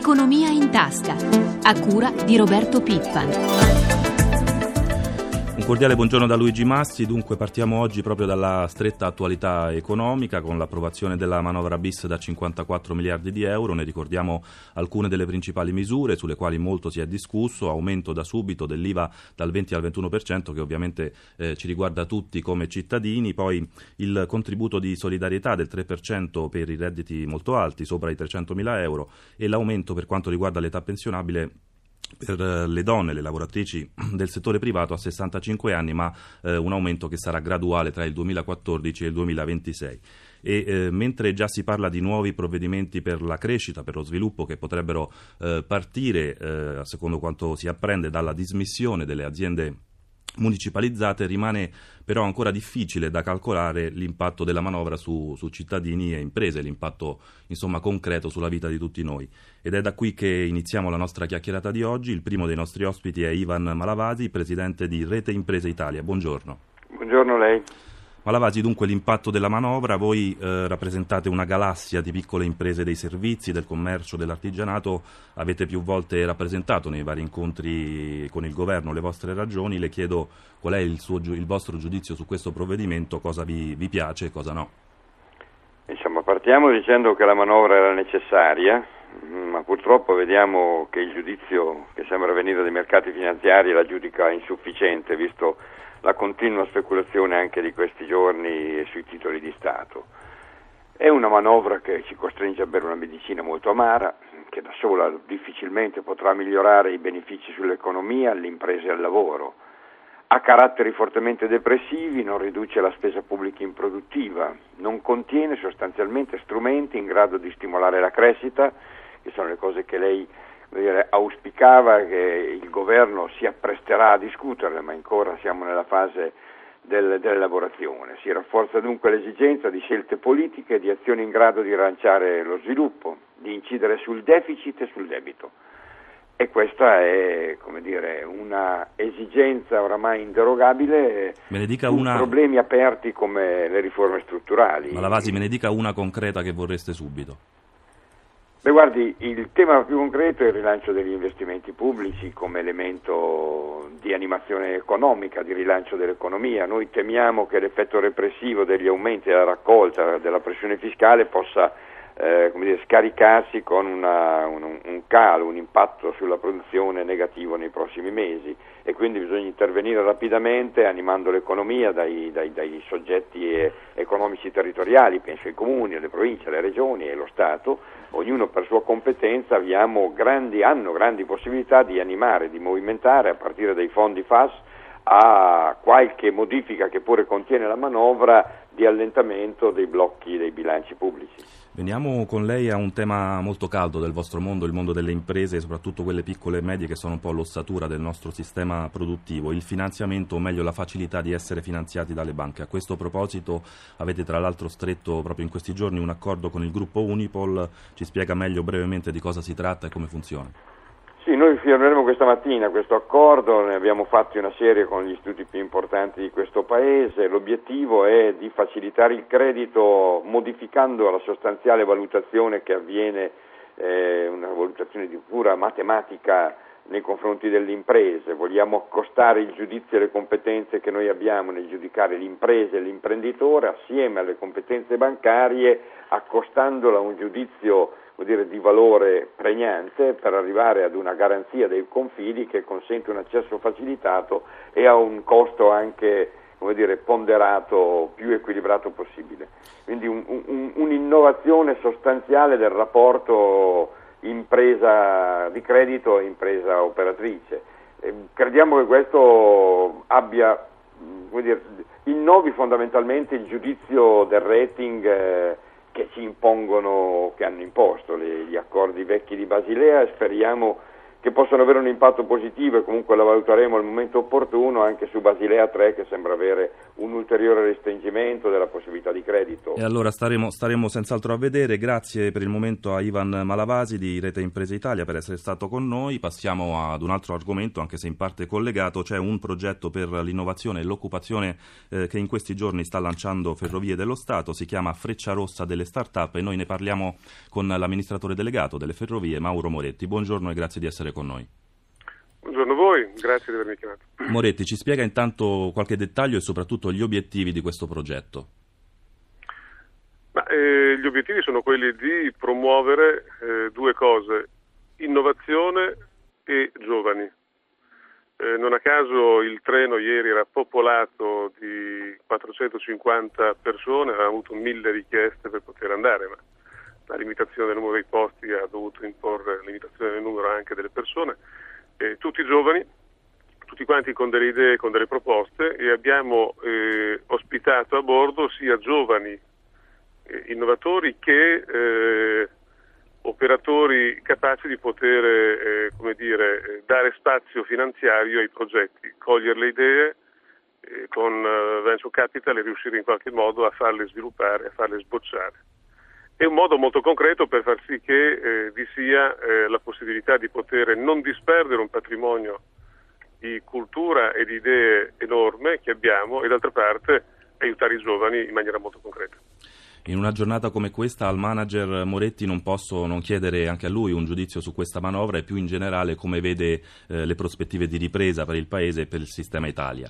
Economia in tasca, a cura di Roberto Pippan. Un cordiale buongiorno da Luigi Massi. Dunque partiamo oggi proprio dalla stretta attualità economica con l'approvazione della manovra bis da 54 miliardi di euro. Ne ricordiamo alcune delle principali misure sulle quali molto si è discusso: aumento da subito dell'IVA dal 20 al 21% che ovviamente ci riguarda tutti come cittadini, poi il contributo di solidarietà del 3% per i redditi molto alti, sopra i 300.000 euro, e l'aumento per quanto riguarda l'età pensionabile per le donne, le lavoratrici del settore privato a 65 anni, ma un aumento che sarà graduale tra il 2014 e il 2026. Mentre già si parla di nuovi provvedimenti per la crescita, per lo sviluppo, che potrebbero partire, secondo quanto si apprende, dalla dismissione delle aziende municipalizzate, rimane però ancora difficile da calcolare l'impatto della manovra su cittadini e imprese, l'impatto insomma concreto sulla vita di tutti noi. Ed è da qui che iniziamo la nostra chiacchierata di oggi. Il primo dei nostri ospiti è Ivan Malavasi, presidente di Rete Imprese Italia. Buongiorno. Buongiorno a lei. Malavasi, dunque l'impatto della manovra. Voi rappresentate una galassia di piccole imprese dei servizi, del commercio, dell'artigianato, avete più volte rappresentato nei vari incontri con il governo le vostre ragioni. Le chiedo qual è il vostro giudizio su questo provvedimento, cosa vi piace e cosa no. Insomma, partiamo dicendo che la manovra era necessaria, ma purtroppo vediamo che il giudizio che sembra venire dai mercati finanziari la giudica insufficiente, visto la continua speculazione anche di questi giorni sui titoli di Stato. È una manovra che ci costringe a bere una medicina molto amara, che da sola difficilmente potrà migliorare i benefici sull'economia, alle imprese e al lavoro. Ha caratteri fortemente depressivi, non riduce la spesa pubblica improduttiva, non contiene sostanzialmente strumenti in grado di stimolare la crescita, che sono le cose che lei auspicava, che il governo si appresterà a discuterle, ma ancora siamo nella fase dell'elaborazione. Si rafforza dunque l'esigenza di scelte politiche e di azioni in grado di rilanciare lo sviluppo, di incidere sul deficit e sul debito. E questa è, una esigenza oramai inderogabile su problemi aperti come le riforme strutturali. Malavasi, me ne dica una concreta che vorreste subito. Beh, guardi, il tema più concreto è il rilancio degli investimenti pubblici come elemento di animazione economica, di rilancio dell'economia. Noi temiamo che l'effetto repressivo degli aumenti della raccolta della pressione fiscale possa scaricarsi con un calo, un impatto sulla produzione negativo nei prossimi mesi, e quindi bisogna intervenire rapidamente animando l'economia dai soggetti economici territoriali, penso ai comuni, alle province, alle regioni e allo Stato. Ognuno per sua competenza hanno grandi possibilità di animare, di movimentare a partire dai fondi FAS a qualche modifica che pure contiene la manovra di allentamento dei blocchi dei bilanci pubblici. Veniamo con lei a un tema molto caldo del vostro mondo, il mondo delle imprese, soprattutto quelle piccole e medie che sono un po' l'ossatura del nostro sistema produttivo, il finanziamento, o meglio la facilità di essere finanziati dalle banche. A questo proposito avete tra l'altro stretto proprio in questi giorni un accordo con il gruppo Unipol. Ci spiega meglio brevemente di cosa si tratta e come funziona? Sì, noi firmeremo questa mattina questo accordo, ne abbiamo fatti una serie con gli istituti più importanti di questo Paese. L'obiettivo è di facilitare il credito modificando la sostanziale valutazione che avviene, una valutazione di pura matematica nei confronti delle imprese. Vogliamo accostare il giudizio e le competenze che noi abbiamo nel giudicare l'impresa e l'imprenditore assieme alle competenze bancarie, accostandola a un giudizio di valore pregnante per arrivare ad una garanzia dei confidi che consente un accesso facilitato e a un costo anche ponderato, più equilibrato possibile. Quindi un'innovazione sostanziale del rapporto impresa di credito e impresa operatrice. Crediamo che questo innovi fondamentalmente il giudizio del rating che ci impongono, che hanno imposto gli accordi vecchi di Basilea, e speriamo che possano avere un impatto positivo, e comunque la valuteremo al momento opportuno anche su Basilea 3, che sembra avere un ulteriore restringimento della possibilità di credito. E allora staremo senz'altro a vedere. Grazie per il momento a Ivan Malavasi di Rete Imprese Italia per essere stato con noi. Passiamo ad un altro argomento, anche se in parte collegato. C'è un progetto per l'innovazione e l'occupazione che in questi giorni sta lanciando Ferrovie dello Stato, si chiama Freccia Rossa delle Start-up e noi ne parliamo con l'amministratore delegato delle Ferrovie, Mauro Moretti. Buongiorno e grazie di essere con noi. Buongiorno a voi, grazie di avermi chiamato. Moretti, ci spiega intanto qualche dettaglio e soprattutto gli obiettivi di questo progetto. Gli obiettivi sono quelli di promuovere due cose: innovazione e giovani. Non a caso il treno ieri era popolato di 450 persone, aveva avuto 1000 richieste per poter andare, ma la limitazione del numero dei posti ha dovuto imporre la limitazione del numero anche delle persone. Tutti giovani, tutti quanti con delle idee, con delle proposte, e abbiamo ospitato a bordo sia giovani innovatori che operatori capaci di poter dare spazio finanziario ai progetti, cogliere le idee con venture capital e riuscire in qualche modo a farle sviluppare, a farle sbocciare. È un modo molto concreto per far sì che vi sia la possibilità di poter non disperdere un patrimonio di cultura e di idee enorme che abbiamo e d'altra parte aiutare i giovani in maniera molto concreta. In una giornata come questa al manager Moretti non posso non chiedere anche a lui un giudizio su questa manovra e più in generale come vede le prospettive di ripresa per il Paese e per il sistema Italia.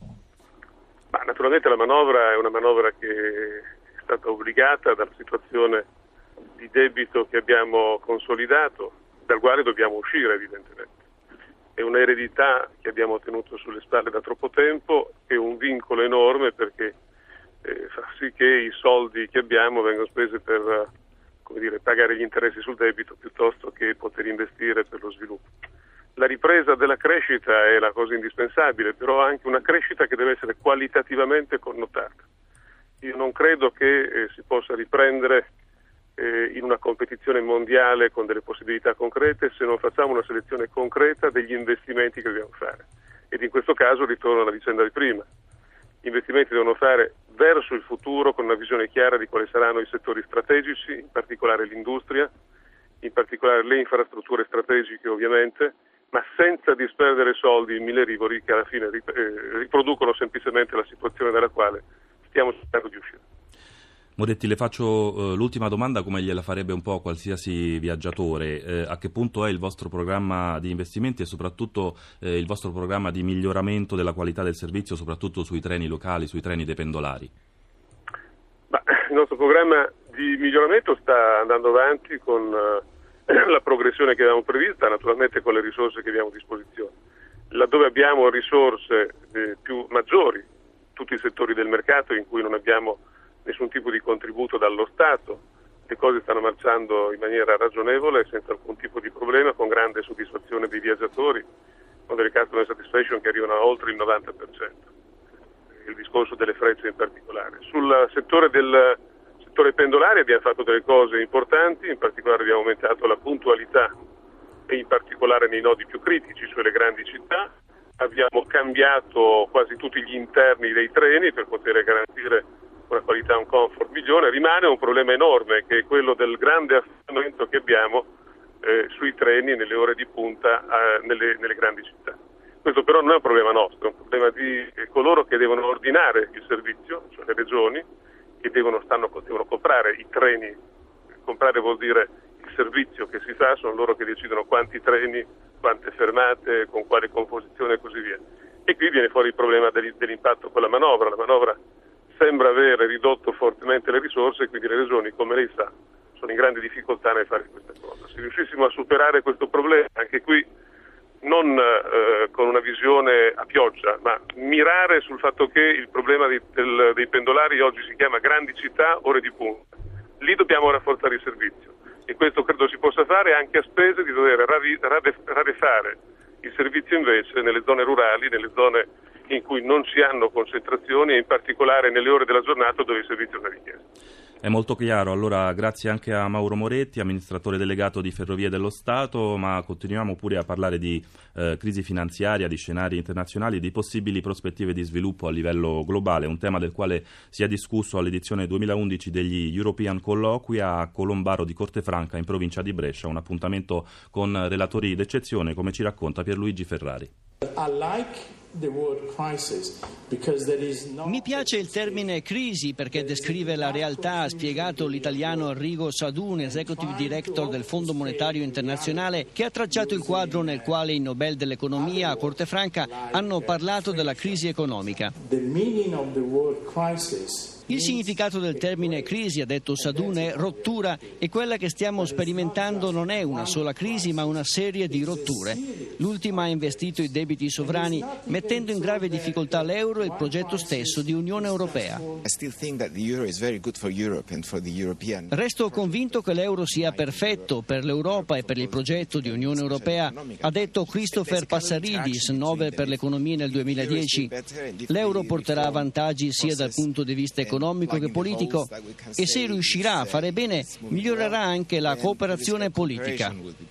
Ma naturalmente la manovra è una manovra che è stata obbligata dalla situazione di debito che abbiamo consolidato, dal quale dobbiamo uscire evidentemente. È un'eredità che abbiamo tenuto sulle spalle da troppo tempo, è un vincolo enorme perché fa sì che i soldi che abbiamo vengano spesi per pagare gli interessi sul debito piuttosto che poter investire per lo sviluppo. La ripresa della crescita è la cosa indispensabile, però anche una crescita che deve essere qualitativamente connotata. Io non credo che si possa riprendere in una competizione mondiale con delle possibilità concrete se non facciamo una selezione concreta degli investimenti che dobbiamo fare. Ed in questo caso ritorno alla vicenda di prima. Gli investimenti devono fare verso il futuro con una visione chiara di quali saranno i settori strategici, in particolare l'industria, in particolare le infrastrutture strategiche ovviamente, ma senza disperdere soldi in mille rivoli che alla fine riproducono semplicemente la situazione dalla quale stiamo cercando di uscire. Moretti, le faccio l'ultima domanda come gliela farebbe un po' qualsiasi viaggiatore. A che punto è il vostro programma di investimenti e soprattutto il vostro programma di miglioramento della qualità del servizio, soprattutto sui treni locali, sui treni dei pendolari? Il nostro programma di miglioramento sta andando avanti con la progressione che avevamo prevista, naturalmente con le risorse che abbiamo a disposizione. Laddove abbiamo risorse più maggiori, tutti i settori del mercato in cui non abbiamo nessun tipo di contributo dallo Stato, le cose stanno marciando in maniera ragionevole, senza alcun tipo di problema, con grande soddisfazione dei viaggiatori, con delle customer satisfaction che arrivano a oltre il 90%. Il discorso delle frecce in particolare. Sul settore pendolare abbiamo fatto delle cose importanti, in particolare abbiamo aumentato la puntualità e in particolare nei nodi più critici, cioè le grandi città. Abbiamo cambiato quasi tutti gli interni dei treni per poter garantire una qualità e un comfort migliore. Rimane un problema enorme che è quello del grande affollamento che abbiamo sui treni nelle ore di punta nelle grandi città. Questo però non è un problema nostro, è un problema di coloro che devono ordinare il servizio, cioè le regioni, che devono comprare i treni. Comprare vuol dire il servizio che si fa, sono loro che decidono quanti treni, quante fermate, con quale composizione e così via. E qui viene fuori il problema dell'impatto con la manovra. La manovra sembra aver ridotto fortemente le risorse e quindi le regioni, come lei sa, sono in grande difficoltà nel fare questa cosa. Se riuscissimo a superare questo problema, anche qui non con una visione a pioggia, ma mirare sul fatto che il problema dei pendolari oggi si chiama grandi città, ore di punta. Lì dobbiamo rafforzare il servizio e questo credo si possa fare anche a spese di dover rarefare il servizio invece nelle zone rurali, nelle zone in cui non si hanno concentrazioni e in particolare nelle ore della giornata dove il servizio è richiesto. È molto chiaro, allora grazie anche a Mauro Moretti, amministratore delegato di Ferrovie dello Stato, ma continuiamo pure a parlare di crisi finanziaria, di scenari internazionali, di possibili prospettive di sviluppo a livello globale, un tema del quale si è discusso all'edizione 2011 degli European Colloqui a Colombaro di Cortefranca in provincia di Brescia, un appuntamento con relatori d'eccezione, come ci racconta Pierluigi Ferrari. Mi piace il termine crisi perché descrive la realtà, ha spiegato l'italiano Arrigo Sadun, Executive Director del Fondo Monetario Internazionale, che ha tracciato il quadro nel quale i Nobel dell'economia a Cortefranca hanno parlato della crisi economica. Il significato del termine crisi, ha detto Sadun, è rottura, e quella che stiamo sperimentando non è una sola crisi ma una serie di rotture. L'ultima ha investito i debiti sovrani, mettendo in grave difficoltà l'euro e il progetto stesso di Unione Europea. Resto convinto che l'euro sia perfetto per l'Europa e per il progetto di Unione Europea, ha detto Christopher Passaridis, Nobel per l'economia nel 2010. L'euro porterà vantaggi sia dal punto di vista economico che politico, e se riuscirà a fare bene migliorerà anche la cooperazione politica.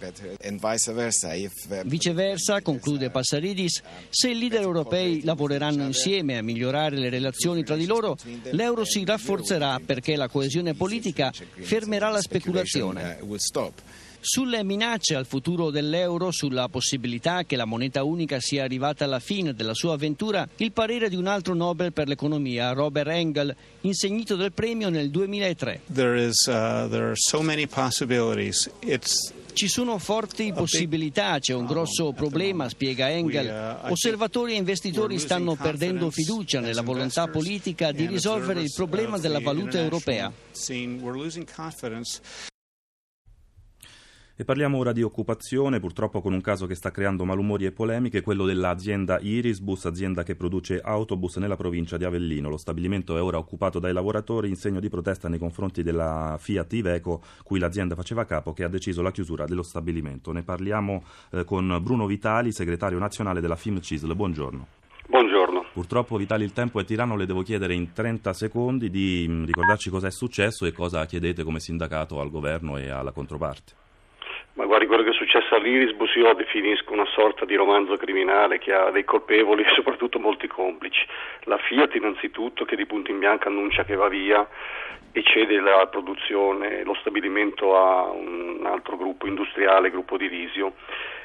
Viceversa, conclude Passaridis, se i leader europei lavoreranno insieme a migliorare le relazioni tra di loro, l'euro si rafforzerà perché la coesione politica fermerà la speculazione. Sulle minacce al futuro dell'euro, sulla possibilità che la moneta unica sia arrivata alla fine della sua avventura, il parere di un altro Nobel per l'economia, Robert Engel, insignito del premio nel 2003. There are so many possibilities. Ci sono forti possibilità, c'è un grosso problema, spiega Engel. Osservatori e investitori stanno perdendo fiducia nella volontà politica di risolvere il problema della valuta europea. E parliamo ora di occupazione, purtroppo con un caso che sta creando malumori e polemiche, quello dell'azienda Irisbus, azienda che produce autobus nella provincia di Avellino. Lo stabilimento è ora occupato dai lavoratori in segno di protesta nei confronti della Fiat Iveco, cui l'azienda faceva capo, che ha deciso la chiusura dello stabilimento. Ne parliamo con Bruno Vitali, segretario nazionale della FIMCISL. Buongiorno. Buongiorno. Purtroppo, Vitali, il tempo è tiranno, le devo chiedere in 30 secondi di ricordarci cosa è successo e cosa chiedete come sindacato al governo e alla controparte. Ma guardi, quello che è successo all'Irisbus io definisco una sorta di romanzo criminale che ha dei colpevoli e soprattutto molti complici. La Fiat innanzitutto, che di punto in bianco annuncia che va via e cede la produzione, lo stabilimento a un altro gruppo industriale, gruppo Divisio.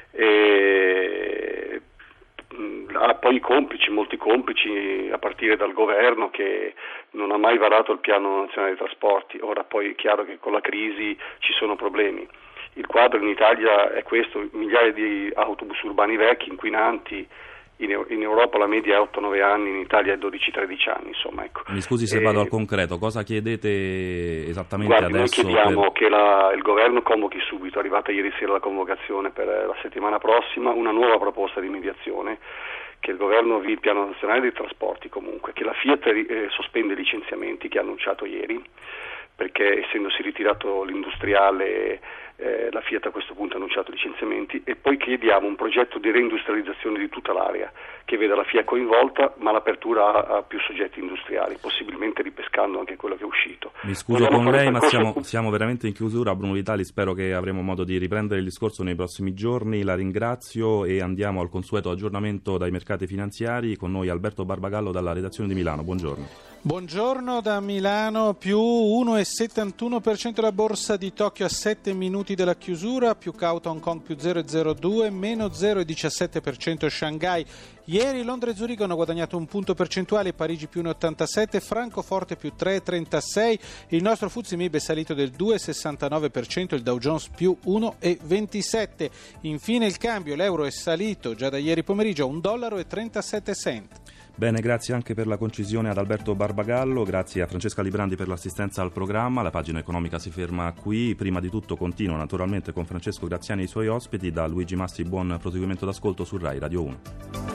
Ha poi molti complici, a partire dal governo che non ha mai varato il piano nazionale dei trasporti. Ora poi è chiaro che con la crisi ci sono problemi. Il quadro in Italia è questo: migliaia di autobus urbani vecchi, inquinanti. In Europa la media è 8-9 anni, in Italia è 12-13 anni, insomma, ecco. Mi scusi se vado al concreto, cosa chiedete esattamente adesso? Noi chiediamo che il governo convochi subito, è arrivata ieri sera la convocazione per la settimana prossima, una nuova proposta di mediazione, che il governo avvii il piano nazionale dei trasporti comunque, che la Fiat sospende i licenziamenti che ha annunciato ieri, perché essendosi ritirato l'industriale la Fiat a questo punto ha annunciato licenziamenti, e poi chiediamo un progetto di reindustrializzazione di tutta l'area che veda la Fiat coinvolta, ma l'apertura a più soggetti industriali, possibilmente ripescando anche quello che è uscito. Mi scuso con lei, ma siamo veramente in chiusura. Bruno Vitali, spero che avremo modo di riprendere il discorso nei prossimi giorni. La ringrazio e andiamo al consueto aggiornamento dai mercati finanziari. Con noi Alberto Barbagallo dalla redazione di Milano. Buongiorno. Buongiorno da Milano, più 1,71% la borsa di Tokyo a 7 minuti dalla chiusura, più cauta Hong Kong più 0,02, meno 0,17% Shanghai. Ieri Londra e Zurigo hanno guadagnato un punto percentuale, Parigi più 1,87, Francoforte più 3,36, il nostro FTSE MIB è salito del 2,69%, il Dow Jones più 1,27. Infine il cambio, l'euro è salito già da ieri pomeriggio a $1,37. Bene, grazie anche per la concisione ad Alberto Barbagallo, grazie a Francesca Librandi per l'assistenza al programma. La pagina economica si ferma qui. Prima di tutto continua naturalmente con Francesco Graziani e i suoi ospiti. Da Luigi Massi buon proseguimento d'ascolto su Rai Radio 1.